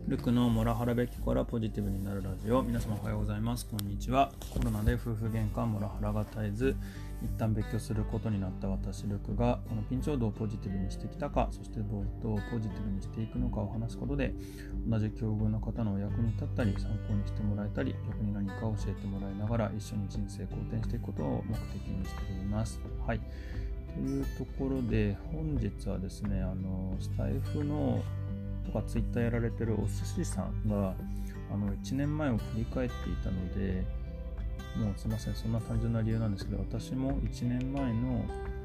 ルクのモラハラべきからポジティブになるラジオ。皆様おはようございます。こんにちは。コロナで夫婦喧嘩モラハラが絶えず一旦別居することになった私ルクがこのピンチをどうポジティブにしてきたか、そしてどうポジティブにしていくのかを話すことで、同じ境遇の方のお役に立ったり参考にしてもらえたり、逆に何か教えてもらいながら一緒に人生好転していくことを目的にしております。はい、というところで本日はですね、スタイフのとかツイッターやられてるお寿司さんが1年前を振り返っていたので、もうすいません、そんな単純な理由なんですけど、私も1年前の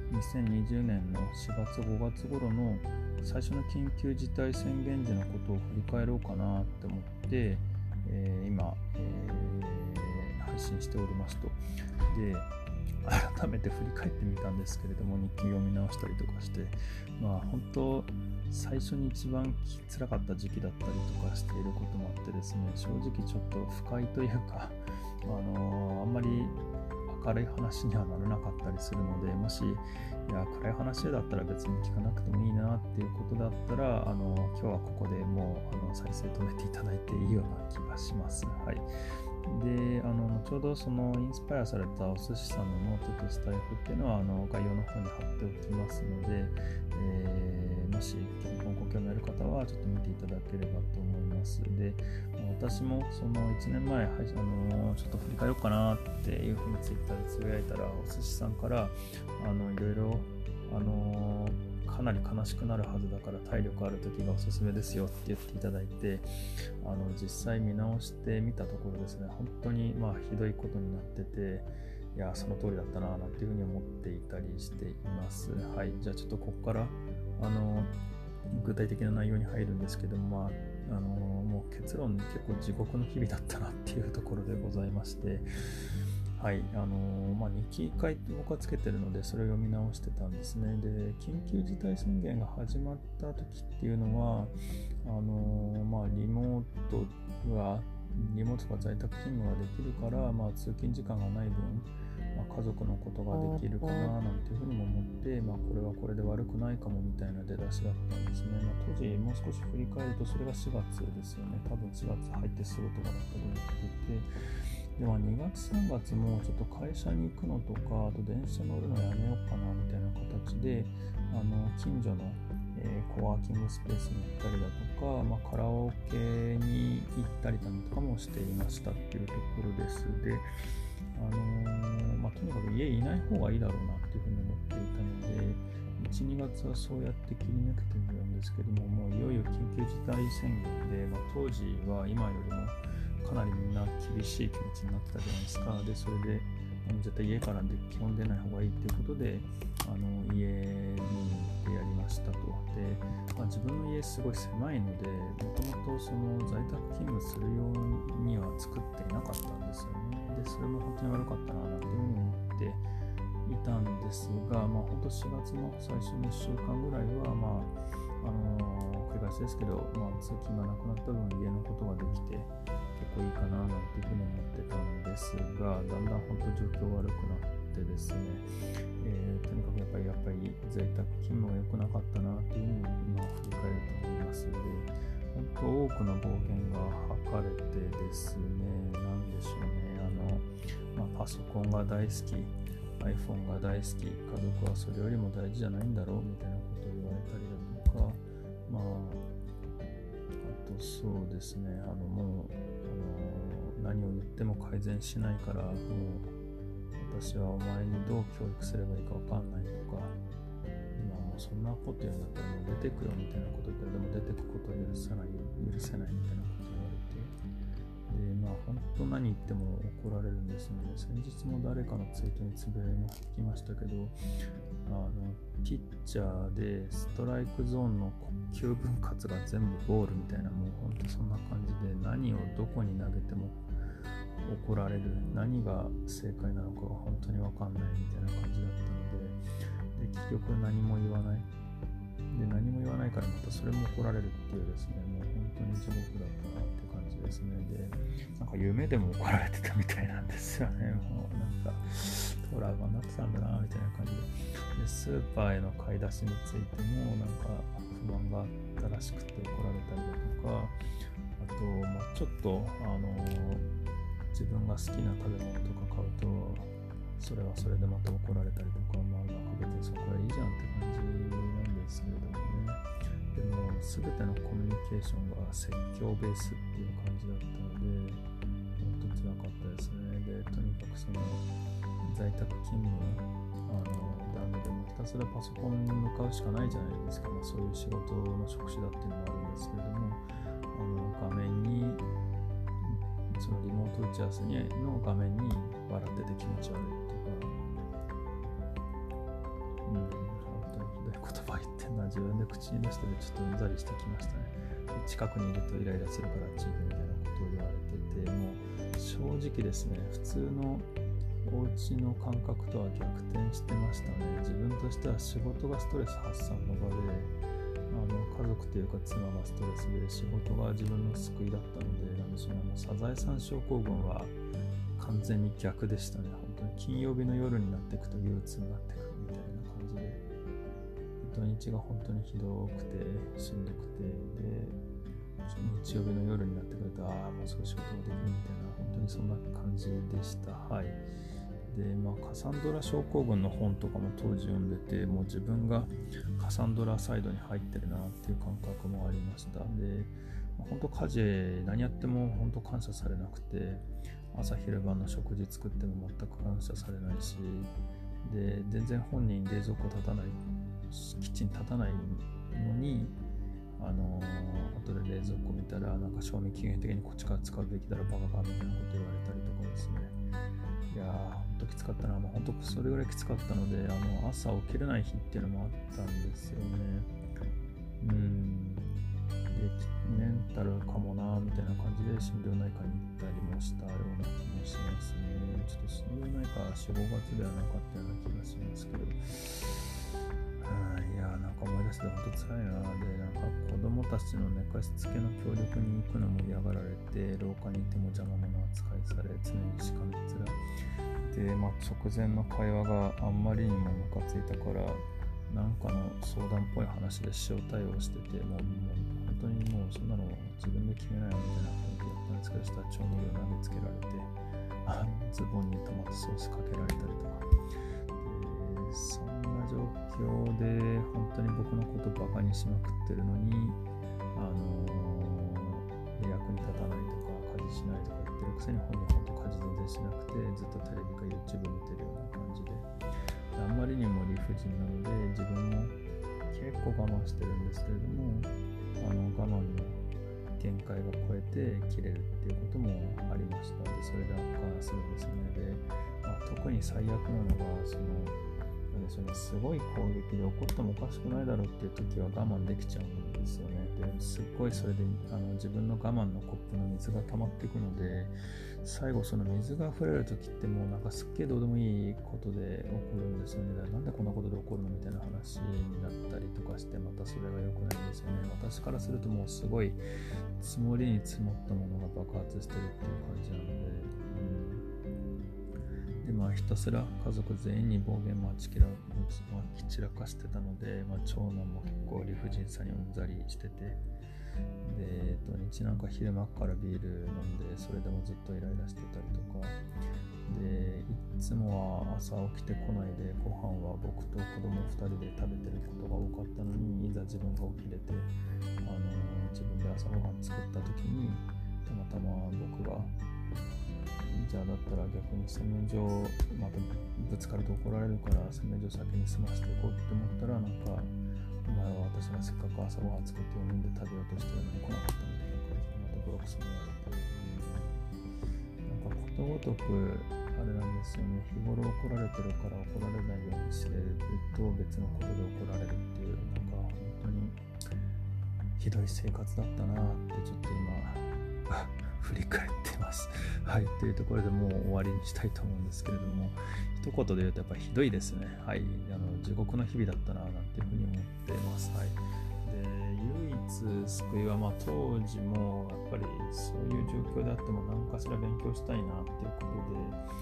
2020年の4月5月頃の最初の緊急事態宣言時のことを振り返ろうかなって思って、今、配信しておりますと。で、改めて振り返ってみたんですけれども、日記読み直したりとかして、本当最初に一番辛かった時期だったりとかしていることもあってですね、正直ちょっと不快というか、あんまり明るい話にはならなかったりするので、もし暗い話だったら別に聞かなくてもいいなっていうことだったら、今日はここでもう再生止めていただいていいような気がします。はい。で、後ほどそのインスパイアされたお寿司さんのノートとスタイフっていうのは概要の方に貼っておきますので、もしご興味ある方はちょっと見ていただければと思います。で、私もその1年前、ちょっと振り返ろうかなっていうふうにツイッターでつぶやいたら、お寿司さんからいろいろかなり悲しくなるはずだから体力ある時がおすすめですよって言っていただいて、実際見直してみたところですね、本当にひどいことになってて、いやその通りだったななんていうふうに思っていたりしています。はい、じゃあちょっとここから具体的な内容に入るんですけども、もう結論結構地獄の日々だったなっていうところでございまして、はい、日記書いて僕はつけてるのでそれを読み直してたんですね。で、緊急事態宣言が始まった時っていうのはリモートが在宅勤務ができるから、通勤時間がない分、家族のことができるかななんていうふうにも思って、これはこれで悪くないかもみたいな出だしだったんですね。当時もう少し振り返るとそれが4月ですよね。多分4月入ってすぐとかだったと思っていて、で2月3月もちょっと会社に行くのとか、あと電車乗るのやめようかなみたいな形で近所のコワーキングスペースに行ったりだとか、カラオケに行ったりだとかもしていましたっていうところです。で、とにかく家いない方がいいだろうなっていうふうに思っていたので、1、2月はそうやって切り抜けてみるんですけども、もういよいよ緊急事態宣言で、当時は今よりもかなりみんな厳しい気持ちになってたじゃないですか。で、それで絶対家から基本出ない方がいいっていうことで家に行ってやりましたと。で、自分の家すごい狭いので、もともとその在宅勤務するようには作っていなかったんですよね。で、それも本当に悪かったななんていうふうに思っていたんですが、本当4月の最初の1週間ぐらいは繰り返しですけど、通勤がなくなった分家のことができて結構いいかななんていうふうに思ってたんですが、だんだん本当状況悪くなってですね、とにかくやっぱり在宅勤務が良くなかったなというふうに今振り返ると思います。で、本当多くの暴言が吐かれてですね、なんでしょうね、パソコンが大好き、iPhone が大好き、家族はそれよりも大事じゃないんだろうみたいなことを言われたりだとか、あとそうですね、もう何を言っても改善しないから、もう私はお前にどう教育すればいいか分かんないとか、今もうそんなこと言うんだったらもう出てくよみたいなこと言ったら、でも出てくことは許せないみたいなこと言われて、で、本当何言っても怒られるんですよね。先日も誰かのツイートにつぶやきましたけど、ピッチャーでストライクゾーンの9分割が全部ボールみたいな、もう本当そんな感じで、何をどこに投げても怒られる、何が正解なのかが本当に分かんないみたいな感じだったので、結局何も言わないで、何も言わないからまたそれも怒られるっていうですね、もう本当に地獄だったなって感じですね。で、なんか夢でも怒られてたみたいなんですよね。もうなんかトラウマになってたんだなみたいな感じで、スーパーへの買い出しについてもなんか不満があったらしくて怒られたりだとか、 あと、ちょっと自分が好きな食べ物とか買うとそれはそれでまた怒られたりとか、なんか別にそこはいいじゃんって感じなんですけれどもね。でも全てのコミュニケーションが説教ベースっていう感じだったので本当辛かったですね。でとにかくその在宅勤務なのでひたすらパソコンに向かうしかないじゃないですか。そういう仕事の職種だっていうのもあるんですけれども、画面にそのリモート打ち合わせの画面に笑ってて気持ち悪いとか、本当にひどい言葉言ってんな、自分で口に出しててちょっとうんざりしてきましたね。近くにいるとイライラするからチームみたいなことを言われてて、もう正直ですね、普通のお家の感覚とは逆転してましたね。自分としては仕事がストレス発散の場で、家族というか妻がストレスで仕事が自分の救いだったので、サザエさん症候群は完全に逆でしたね。本当に金曜日の夜になっていくと憂鬱になってくるみたいな感じで、土日が本当にひどくてしんどくて、で日曜日の夜になってくるともう少し仕事ができるみたいな、本当にそんな感じでした。はい。でカサンドラ症候群の本とかも当時読んでて、もう自分がカサンドラサイドに入ってるなっていう感覚もありました。で本当家事何やっても本当感謝されなくて、朝昼晩の食事作っても全く感謝されないし、で全然本人冷蔵庫立たない、キッチン立たないのに後で冷蔵庫見たらなんか賞味期限的にこっちから使うべきだろバカかみたいなこと言われたりとかですね。いやー本当きつかったな。本当それぐらいきつかったので、朝起きれない日っていうのもあったんですよね。でメンタルかもなみたいな感じで心療内科に行ったりもしたような気もしますね。ちょっと心療内科は 4,5 月ではなかったような気がしますけど、いやなんか思い出して本当辛いな。でなんか子供たちの寝かしつけの協力に行くのも嫌がられて、廊下にいても邪魔者扱いされ、常にしかめつらで、直前の会話があんまりにもムカついたからなんかの相談っぽい話で塩対応してて、もう本当にもうそんなの自分で決めないよみたいな雰囲気だったんですけど、したら調味料投げつけられてズボンにトマトソースかけられたりとかで、そんな状況で本当に僕のことバカにしまくってるのに役に立たないとか家事しないとか言ってるくせに、本人本当家事全然しなくてずっとテレビか YouTube 見てるような感じで、あんまりにも理不尽なので自分も結構我慢してるんですけれども、我慢の限界が超えて切れるっていうこともありました。でそれで悪化するんですね。で、特に最悪なのがすごい攻撃で怒ってもおかしくないだろうっていう時は我慢できちゃうんですよね。ですっごいそれで自分の我慢のコップの水が溜まっていくので、最後その水が溢れる時ってもうなんかすっげえどうでもいいことで起こるんですよね。なんでこんなことで起こるのみたいな話になったりとかして、またそれが良くないんですよね。私からするともうすごい積もりに積もったものが爆発してるっていう感じなので、ひたすら家族全員に暴言まき散らかしてたので、長男も結構理不尽さにうんざりしてて、で土日なんか昼間からビール飲んで、それでもずっとイライラしてたりとかで、いつもは朝起きてこないでご飯は僕と子供2人で食べてることが多かったのに、いざ自分が起きれて自分で朝ごはん作った時にたまたま僕がじゃあだったら逆に洗面所またぶつかると怒られるから洗面所先に済ませていこうって思ったら、なんかお前は私がせっかく朝ごはん作って4人で食べようとしてるのに来なかったみたいな感じでまたブロックするのがなんかことごとくあれなんですよね。日頃怒られてるから怒られないようにしてると別のことで怒られるっていう、なんか本当にひどい生活だったなってちょっと今振り返ってます。はい、というところでもう終わりにしたいと思うんですけれども、一言で言うとやっぱりひどいですね。はい、地獄の日々だったななんていうふうに思ってます。はい。で、唯一救いは当時もやっぱりそういう状況であっても何かしら勉強したいなっていうことで、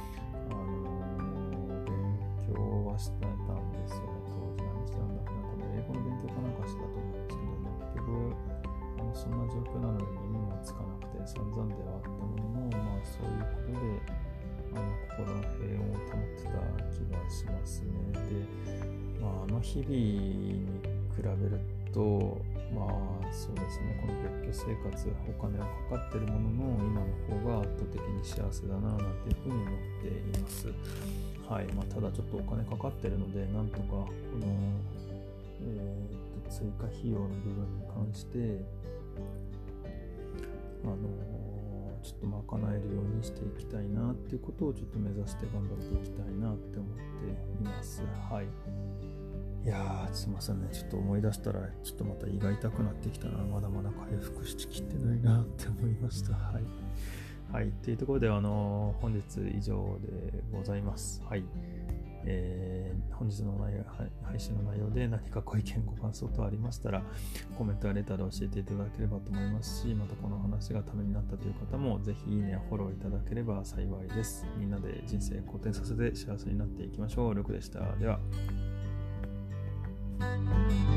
勉強はしてたんですよね。当時何してたんだっけな、多分英語の勉強かなんかしてたと思うんですけど、結局そんな状況なので耳もつかな散々ではあったものの、そういうことで心の平穏を保ってた気がしますね。で、日々に比べると、そうですね、この別居生活、お金はかかってるものの、今の方が圧倒的に幸せだな、なんていうふうに思っています。はい。ただちょっとお金かかってるので、なんとか、この、追加費用の部分に関して、ちょっと賄えるようにしていきたいなっていうことをちょっと目指して頑張っていきたいなって思っています。はい。いやー、すいませんね。ちょっと思い出したら、ちょっとまた胃が痛くなってきたな。まだまだ回復しきってないなって思いました。はい。はい。というところで、本日以上でございます。はい。本日の配信の内容で何かご意見ご感想等ありましたらコメントやレターで教えていただければと思いますし、またこの話がためになったという方もぜひいいねやフォローいただければ幸いです。みんなで人生好転させて幸せになっていきましょう。ルクでした。では。